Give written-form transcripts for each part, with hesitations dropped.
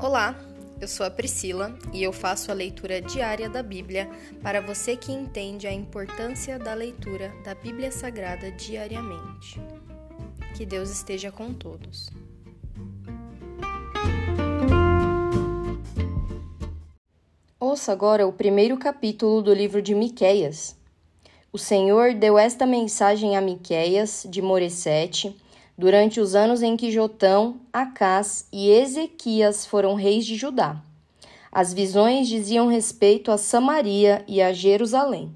Olá, eu sou a Priscila e eu faço a leitura diária da Bíblia para você que entende a importância da leitura da Bíblia Sagrada diariamente. Que Deus esteja com todos. Ouça agora o primeiro capítulo do livro de Miqueias. O Senhor deu esta mensagem a Miqueias de Moresete durante os anos em que Jotão, Acás e Ezequias foram reis de Judá. As visões diziam respeito a Samaria e a Jerusalém.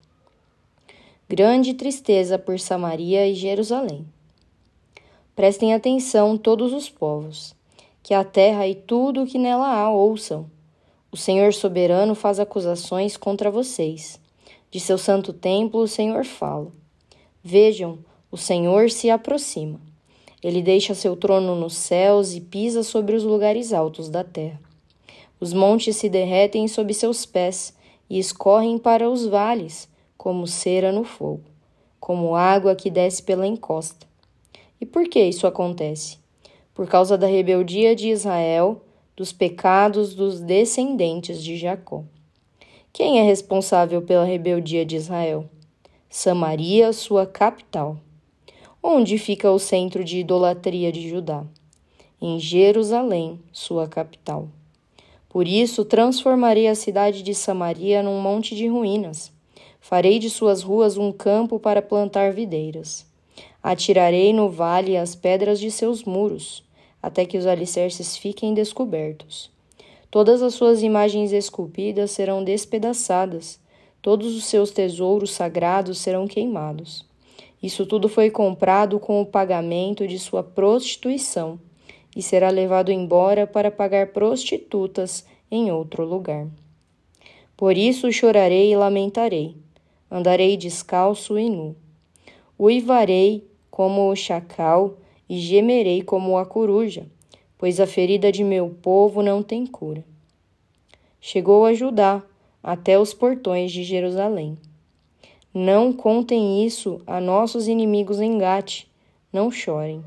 Grande tristeza por Samaria e Jerusalém. Prestem atenção todos os povos, que a terra e tudo o que nela há ouçam. O Senhor soberano faz acusações contra vocês. De seu santo templo o Senhor fala. Vejam, o Senhor se aproxima. Ele deixa seu trono nos céus e pisa sobre os lugares altos da terra. Os montes se derretem sob seus pés e escorrem para os vales, como cera no fogo, como água que desce pela encosta. E por que isso acontece? Por causa da rebeldia de Israel, dos pecados dos descendentes de Jacó. Quem é responsável pela rebeldia de Israel? Samaria, sua capital. Onde fica o centro de idolatria de Judá? Em Jerusalém, sua capital. Por isso, transformarei a cidade de Samaria num monte de ruínas. Farei de suas ruas um campo para plantar videiras. Atirarei no vale as pedras de seus muros, até que os alicerces fiquem descobertos. Todas as suas imagens esculpidas serão despedaçadas, todos os seus tesouros sagrados serão queimados. Isso tudo foi comprado com o pagamento de sua prostituição e será levado embora para pagar prostitutas em outro lugar. Por isso chorarei e lamentarei, andarei descalço e nu. Uivarei como o chacal e gemerei como a coruja, pois a ferida de meu povo não tem cura. Chegou a Judá, até os portões de Jerusalém. Não contem isso a nossos inimigos em Gate, não chorem.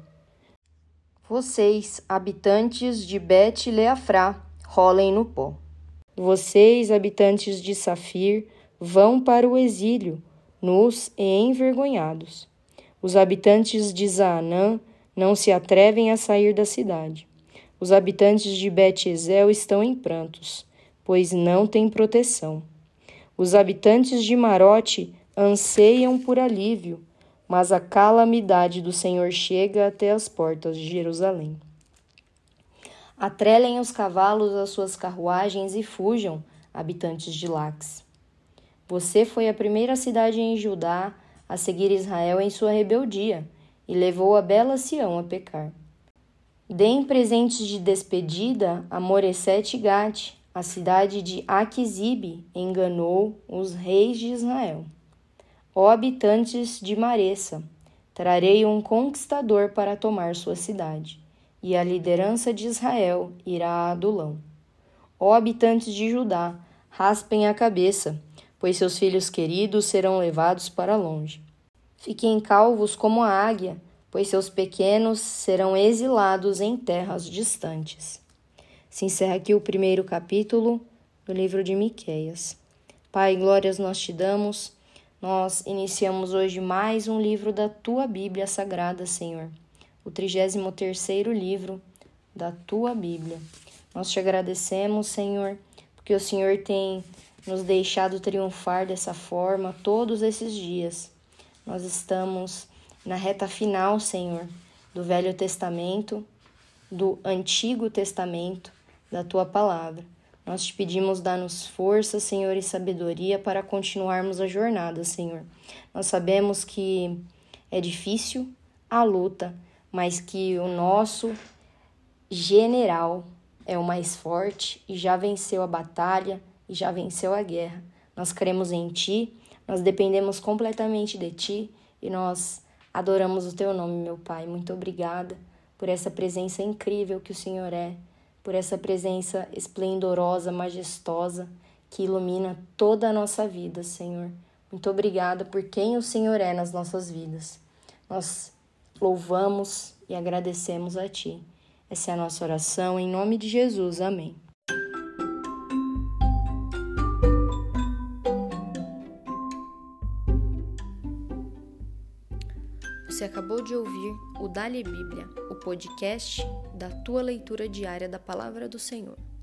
Vocês, habitantes de Bet-Leafrá, rolem no pó. Vocês, habitantes de Safir, vão para o exílio, nus e envergonhados. Os habitantes de Zaanã não se atrevem a sair da cidade. Os habitantes de Bet-Ezel estão em prantos, pois não têm proteção. Os habitantes de Marote anseiam por alívio, mas a calamidade do Senhor chega até as portas de Jerusalém. Atrelem os cavalos às suas carruagens e fujam, habitantes de Laques. Você foi a primeira cidade em Judá a seguir Israel em sua rebeldia e levou a bela Sião a pecar. Deem presentes de despedida a Moresete e Gate, a cidade de Aquisibe enganou os reis de Israel. Ó habitantes de Maressa, trarei um conquistador para tomar sua cidade, e a liderança de Israel irá a Adulão. Ó habitantes de Judá, raspem a cabeça, pois seus filhos queridos serão levados para longe. Fiquem calvos como a águia, pois seus pequenos serão exilados em terras distantes. Se encerra aqui o primeiro capítulo do livro de Miqueias. Pai, glórias nós te damos. Nós iniciamos hoje mais um livro da Tua Bíblia Sagrada, Senhor. O 33º livro da Tua Bíblia. Nós te agradecemos, Senhor, porque o Senhor tem nos deixado triunfar dessa forma todos esses dias. Nós estamos na reta final, Senhor, do Velho Testamento, do Antigo Testamento, da Tua Palavra. Nós te pedimos, dá-nos força, Senhor, e sabedoria para continuarmos a jornada, Senhor. Nós sabemos que é difícil a luta, mas que o nosso general é o mais forte e já venceu a batalha e já venceu a guerra. Nós cremos em Ti, nós dependemos completamente de Ti e nós adoramos o Teu nome, meu Pai. Muito obrigada por essa presença incrível que o Senhor é, por essa presença esplendorosa, majestosa, que ilumina toda a nossa vida, Senhor. Muito obrigada por quem o Senhor é nas nossas vidas. Nós louvamos e agradecemos a Ti. Essa é a nossa oração, em nome de Jesus. Amém. Você acabou de ouvir o Dali Bíblia, o podcast da tua leitura diária da Palavra do Senhor.